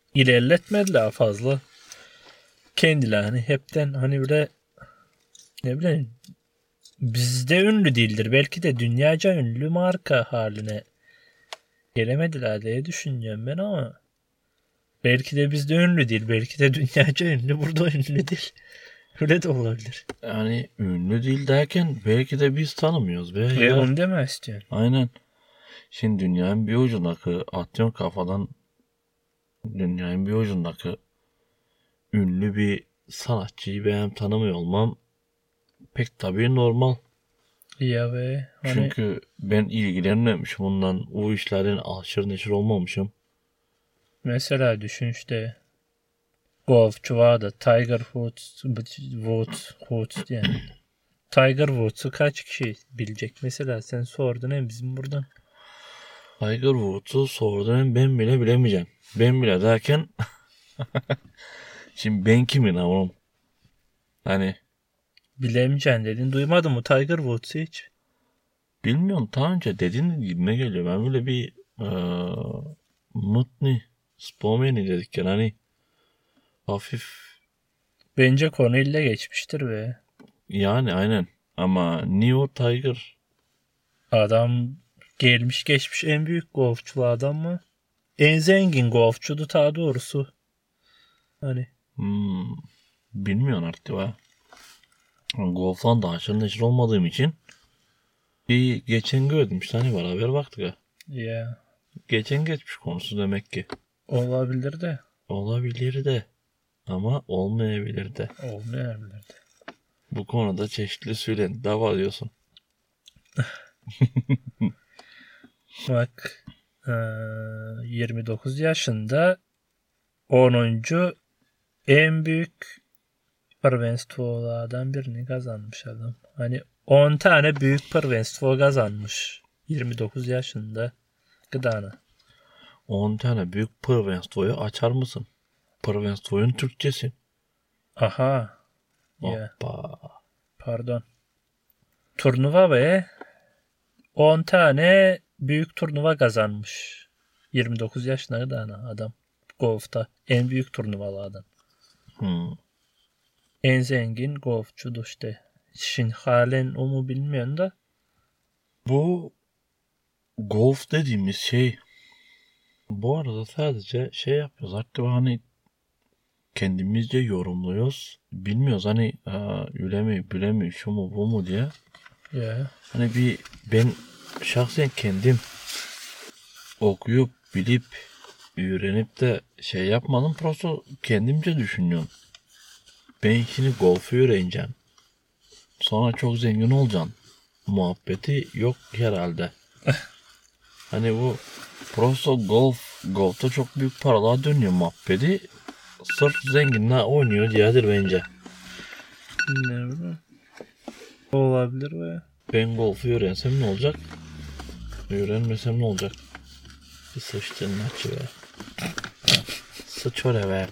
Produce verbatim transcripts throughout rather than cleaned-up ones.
ilerletmediler fazla. Kendileri hani hepten hani böyle ne bileyim bizde ünlü değildir. Belki de dünyaca ünlü marka haline gelemediler diye düşünüyorum ben ama belki de bizde ünlü değil. Belki de dünyaca ünlü burada ünlü değil. Öyle de olabilir. Yani ünlü değil derken belki de biz tanımıyoruz be. Ve Ya. onu deme istiyorsun. Aynen. Şimdi dünyanın bir ucundaki atyon kafadan dünyanın bir ucundaki ünlü bir sanatçıyı benim tanımıyor olmam pek tabii normal. Ya be. Hani... Çünkü ben ilgilenmemişim bundan. O işlerin aşırı neşir olmamışım. Mesela düşün işte golfçu vardı. Tiger Woods, Woods, Woods yani. Tiger Woods'u kaç kişi bilecek? Mesela sen sordun hem bizim buradan. Tiger Woods'u sordun ben bile bilemeyeceğim. Ben bile derken şimdi ben kimim oğlum? Hani bilemeyeceksin dedin. Duymadın mı Tiger Woods'u hiç? Bilmiyorum. Daha önce dediğin gibi ne geliyor? Ben böyle bir ee, mutni spomeni dedik yani hani hafif. Bence konuyla geçmiştir be. Yani aynen. Ama Neo Tiger. Adam gelmiş geçmiş en büyük golfçulardan mı? En zengin golfçudu ta doğrusu. Hani. Hmm, bilmiyorum artık ha. Golf'tan da aşırı neşir olmadığım için bir geçen gördüm işte hani beraber baktık ha. Ya. Yeah. Geçen geçmiş konusu demek ki. Olabilir de. Olabilir de. Ama olmayabilir de. Olmayabilir de. Bu konuda çeşitli söylen. Dava diyorsun. Bak. yirmi dokuz yaşında onuncu en büyük Prvenstvo'lardan birini kazanmış adam. Hani on tane büyük Prvenstvo kazanmış. yirmi dokuz yaşında gıdana. on tane büyük Prvenstvo'yu açar mısın? Prvenstvo'nun Türkçesi. Aha. Hoppa. Yeah. Pardon. Turnuva ve on tane büyük turnuva kazanmış. yirmi dokuz yaşında gıdana adam. Golf'ta en büyük turnuvalardan. Hmm. En zengin golfçudu işte. Şimdi halen o mu bilmiyorum da. Bu golf dediğimiz şey bu arada sadece şey yapıyoruz. Artık hani kendimizce yorumluyoruz. Bilmiyoruz hani öyle mi böyle mi şu mu bu mu diye. Yeah. Hani bir ben şahsen kendim okuyup bilip öğrenip de şey yapmadım. Prosto kendimce düşünüyorum. Ben şimdi golfü öğreneceğim. Sonra çok zengin olacaksın. Muhabbeti yok herhalde. Hani bu prosto golf, golfta çok büyük paralar dönüyor muhabbeti. Sırf zenginler oynuyor diyedir bence. Ne bileyim. Olabilir be. Ben golfü öğrensem ne olacak? Öğrenmesem ne olacak? Bir sıçtın maçı be. Sıç oraya be.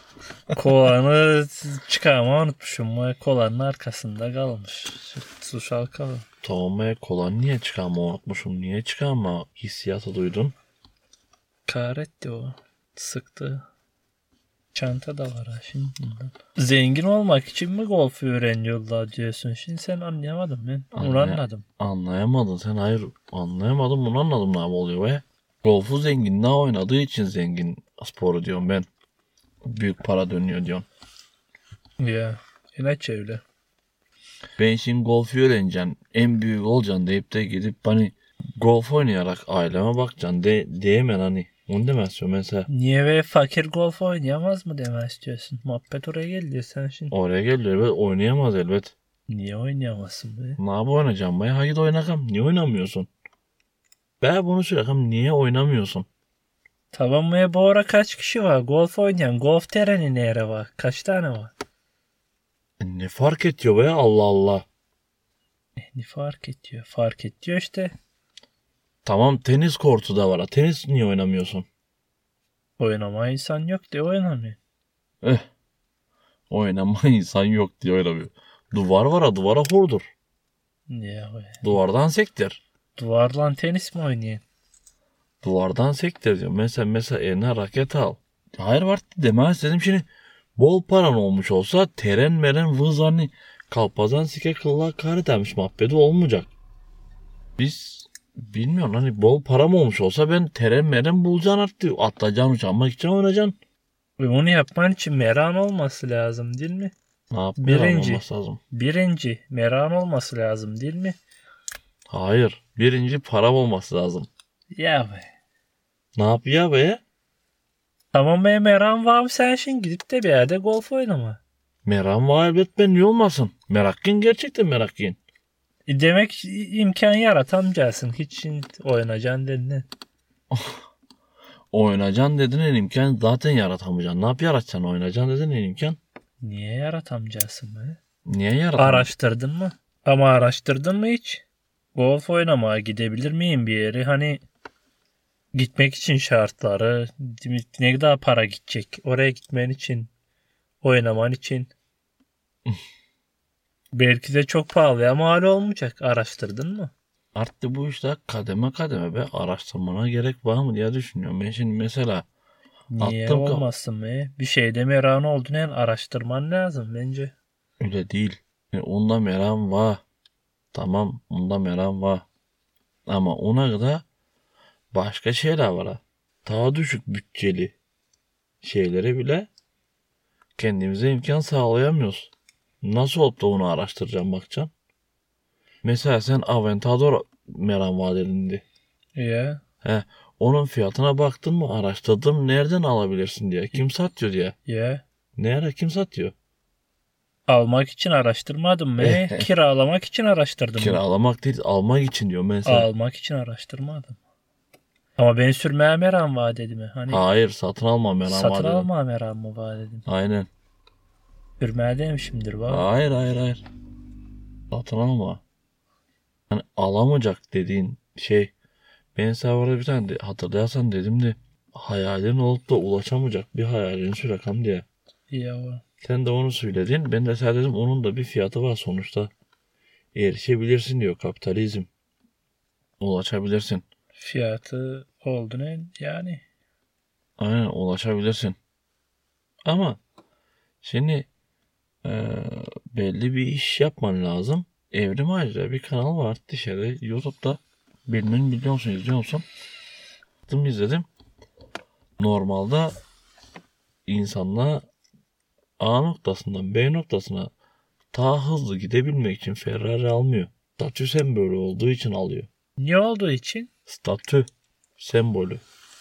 Kolanı çıkarma unutmuşum. Kolanın arkasında kalmış. Su şalkalı. Tamam be kolan niye çıkarma unutmuşum. Niye çıkarma hissiyatı duydun? Kahretti o. Sıktı. Çanta da var ha şimdi. Zengin olmak için mi golfü öğreniyorlar diyorsun. Şimdi sen anlayamadın ben. Onu Anlay- anladım. Anlayamadın sen hayır. Anlayamadım bunu anladım ne oluyor be. Golfu zenginler oynadığı için zengin sporu diyorum ben. Büyük para dönüyor diyorsun. Ya. İnaç öyle. Ben şimdi golfü öğreneceksin. En büyük olacaksın deyip de gidip hani golf oynayarak aileme bakacaksın de, diyemem hani. Onu demezsin mesela. Niye ve fakir golf oynayamaz mı demek istiyorsun? Muhabbet oraya geldi sen şimdi. Oraya geliyor elbet oynayamaz elbet. Niye oynayamazsın be? Ne yapı oynayacağım be? Haydi oynakam. Niye oynamıyorsun? Ben bunu söyleyeyim. Niye oynamıyorsun? Tamam mı? Bu ara kaç kişi var? Golf oynayan. Golf tereni nere var? Kaç tane var? E ne fark ediyor be Allah Allah. Ne fark ediyor? Fark ediyor işte. Tamam tenis kortu da var. Tenis niye oynamıyorsun? Oynama insan yok diye oynamıyor. Eh. Oynama insan yok diye oynamıyor. Duvar var ha duvara vurdur. Niye be? Duvardan sektir. Duvarla tenis mi oynuyor? Duvardan sektir diyor. Mesela mesela eline raket al. Hayır var demez dedim şimdi. Bol paran olmuş olsa teren meren vız hani kalpazan sike kıllar kare demiş muhabbeti olmayacak. Biz bilmiyorum hani bol param olmuş olsa ben teren meren bulacaksın artık. Atlayacaksın uçağıma gideceksin oynayacaksın. Ve onu yapman için meran olması lazım değil mi? Ne yapmıyor Birinci. olması lazım. Birinci. Meran olması lazım değil mi? Hayır. Birinci param olması lazım. Ya be. Ne yapıyor be? Tamam be meran var sen şimdi gidip de bir yerde golf oynama. Meram var elbet ben niye olmasın? Meraklıyım gerçekten meraklıyım. E demek imkan yaratamayacaksın. Hiç şimdi oynayacaksın dedin. Oynayacaksın dediğin imkan zaten yaratamayacaksın. Ne yap yaratacaksın oynayacaksın dediğin imkan? Niye yaratamayacaksın be? Niye yaratamayacaksın? Araştırdın mı? Ama araştırdın mı hiç? Golf oynamaya gidebilir miyim bir yere? Hani gitmek için şartları, ne kadar para gidecek? Oraya gitmen için, oynaman için. Belki de çok pahalıya mal olmayacak. Araştırdın mı? Artık bu işte kademe kademe be araştırmana gerek var mı diye düşünüyorum. Ben şimdi mesela Niye attım ka- olmasın be? Bir şeyde meran olduğunu yani araştırman lazım bence. öyle değil. Yani onda meram var. Tamam onda meram var. Ama ona kadar başka şeyler var ha. Daha düşük bütçeli şeylere bile kendimize imkan sağlayamıyoruz. Nasıl olup da onu araştıracağım bakacaksın. Mesela sen Aventador meram var dedindi. Ya. He, onun fiyatına baktın mı araştırdım nereden alabilirsin diye. Kim satıyor diye. Ya. Ne ara kim satıyor? Almak için araştırmadım mı? Kiralamak için araştırdım. Kiralamak değil almak için diyor mesela. Almak için araştırmadım. Ama ben sürmeye meram var dedim. Hani Hayır satın alma meram satın var dedim. alma meram mı var dedim. Aynen. Sürmeye demişimdir var. Hayır hayır hayır. Satın alma. Hani alamayacak dediğin şey. Ben sana orada bir tane de, hatırlarsan dedim de hayalin olup da ulaşamayacak bir hayalin şu rakam diye. Ya o. Sen de onu söyledin. Ben de sana dedim onun da bir fiyatı var sonuçta. Erişebilirsin diyor kapitalizm. Ulaşabilirsin. Fiyatı oldu ne yani? Aynen ulaşabilirsin. Ama şimdi e, belli bir iş yapman lazım. Evrim Ağacı'da bir kanal var dışarı YouTube'da. Bilmem biliyor musun izliyor musun? Baktım izledim. Normalde insanlar A noktasından B noktasına daha hızlı gidebilmek için Ferrari almıyor. Statü sembolü olduğu için alıyor. Ne olduğu için? Statü sembolü.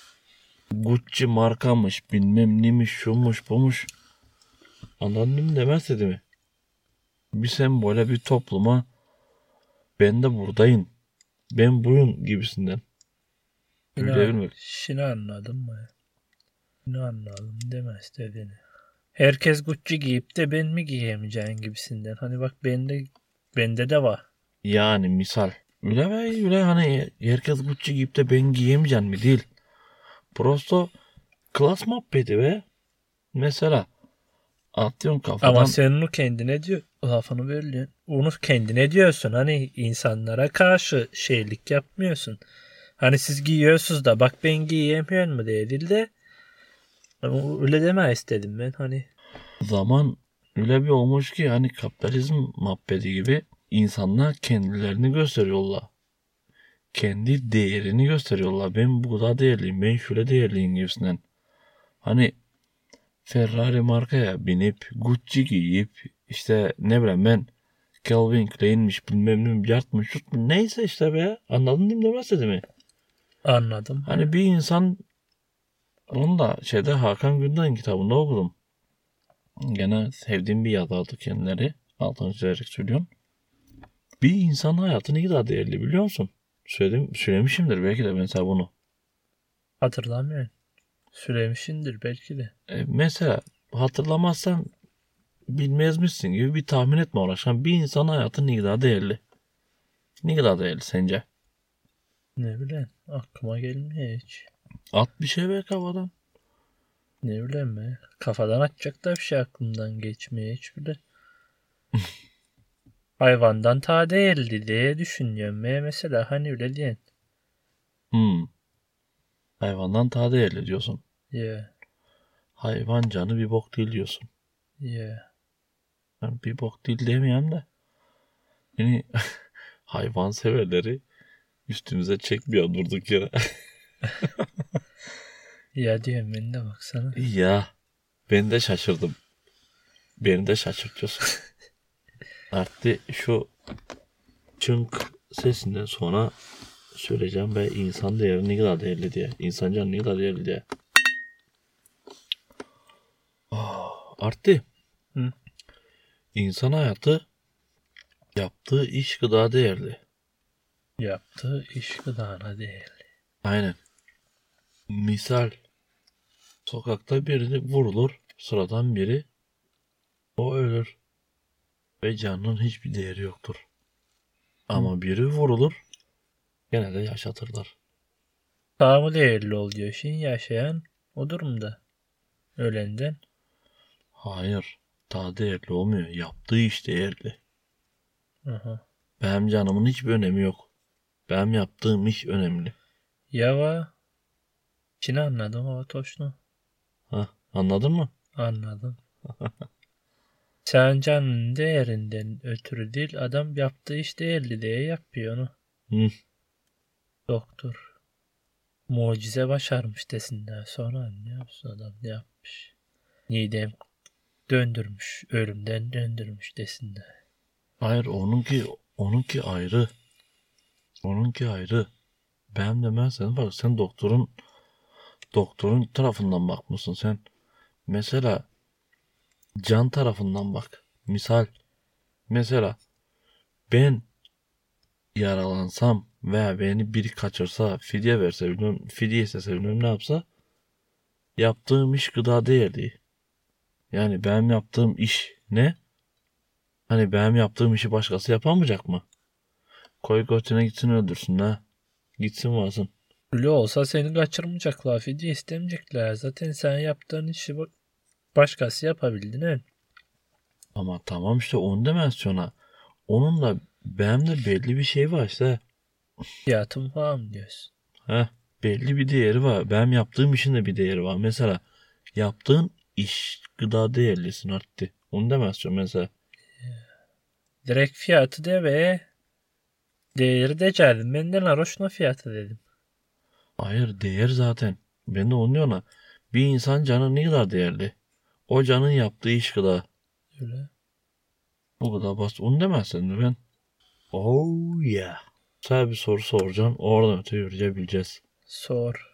Gucci markamış, bilmem neymiş, şumuş, bumuş. Anladın demez dedi mi? Bir sembole, bir topluma ben de buradayım, ben buyum gibisinden. Söyleyebilmek. Şimdi anladım mı? Şimdi anladım demez dediğini. Herkes Gucci giyip de ben mi giyemeyeceğim gibisinden. Hani bak bende bende de var. Yani misal. Öyle ve öyle hani herkes Gucci giyip de ben giyemeyeceğim mi değil. Prosto klas muhabbeti ve mesela atıyorsun kafadan. Ama sen onu kendine diyor. Lafını bölüyorsun. Onu kendine diyorsun. Hani insanlara karşı şeylik yapmıyorsun. Hani siz giyiyorsunuz da bak ben giyemiyorum mu diye değil de ama öyle deme istedim ben hani. Zaman öyle bir olmuş ki hani kapitalizm muhabbeti gibi insanlar kendilerini gösteriyorlar. Kendi değerini gösteriyorlar. Ben bu kadar değerliyim, ben şöyle değerliyim gibisinden. Hani Ferrari markaya binip Gucci giyip işte ne bileyim ben Calvin Klein'miş bilmem ne yartmış tutmuş neyse işte be anladın değil mi demez dedi mi? Anladım. Hani He. bir insan onu da şeyde Hakan Gündoğan kitabında okudum. Gene sevdiğim bir yazardı kendileri. Altını çizerek söylüyorum. Bir insan hayatı ne kadar değerli biliyor musun? Söyledim, söylemişimdir belki de ben sana bunu. Hatırlamıyorum. Söylemişindir belki de. E, mesela hatırlamazsan bilmez misin gibi bir tahmin etme uğraşan bir insan hayatı ne kadar değerli? Ne kadar değerli sence? Ne bileyim aklıma gelmiyor hiç. At bir şey be kafadan. Ne bileyim be. Kafadan atacak da bir şey aklımdan geçmiyor hiç bile. Hayvandan ta değerli diye düşünüyorum. Ve mesela hani öyle diyen. Hmm. Hayvandan daha değerli diyorsun. Ya. hayvan canı bir bok değil diyorsun. Ya. Ben bir bok değil demeyeyim de. Yani hayvan severleri üstümüze çekmiyor durduk yere. Ya diyorum ben de baksana. Ya ben de şaşırdım. Beni de şaşırtıyorsun. Artık şu çınk sesinden sonra söyleyeceğim ve insan değeri ne kadar değerli diye. İnsan canı ne kadar değerli diye. Oh, artık Hı. insan hayatı yaptığı iş kadar değerli. Yaptığı iş gıdana değil. Aynen. Misal sokakta birini vurulur, sıradan biri o ölür ve canının hiçbir değeri yoktur. Ama biri vurulur, gene de yaşatırlar. Daha mı değerli oluyor şimdi yaşayan o durumda? Ölenden. Hayır, daha değerli olmuyor. Yaptığı iş değerli. Aha. Benim canımın hiçbir önemi yok. Benim yaptığım iş önemli. Yava. Şimdi anladım o Toşnu. Ha, anladın mı? Anladım. Sen canın değerinden ötürü değil, adam yaptığı iş değerli diye yapıyor onu. Hı. Doktor. Mucize başarmış desinler. Sonra ne yapsın adam ne yapmış? Nidem döndürmüş. Ölümden döndürmüş desinler. Hayır, onunki onunki ayrı. Onunki ayrı. Benim demezsen bak sen doktorun doktorun tarafından bakmışsın sen. Mesela can tarafından bak. Misal mesela ben yaralansam veya beni biri kaçırsa, fidye verse bilmem, fidye istese bilmem ne yapsa yaptığım iş gıda değerli. Yani benim yaptığım iş ne? Hani benim yaptığım işi başkası yapamayacak mı? Koy götüne gitsin öldürsün ha. Gitsin varsın. Öyle olsa seni kaçırmayacaklar. Fidye istemeyecekler. Zaten sen yaptığın işi başkası yapabildin he. Ama tamam işte onu demez sonra. Onun da benim de belli bir şey var işte. Fiyatım falan diyorsun. Heh, belli bir değeri var. Benim yaptığım işin de bir değeri var. Mesela yaptığın iş gıda değerlisin arttı. Onu demezsin mesela. Direkt fiyatı de ve değeri de geldim. Benden aroşna fiyatı dedim. Hayır değer zaten. Ben de onu diyorum. Bir insan canı ne kadar değerli? O canın yaptığı iş kadar. Öyle. O kadar basit. Onu demezsin de ben. Oh yeah. Sana bir soru soracağım. Oradan öte yürüyebileceğiz. Sor.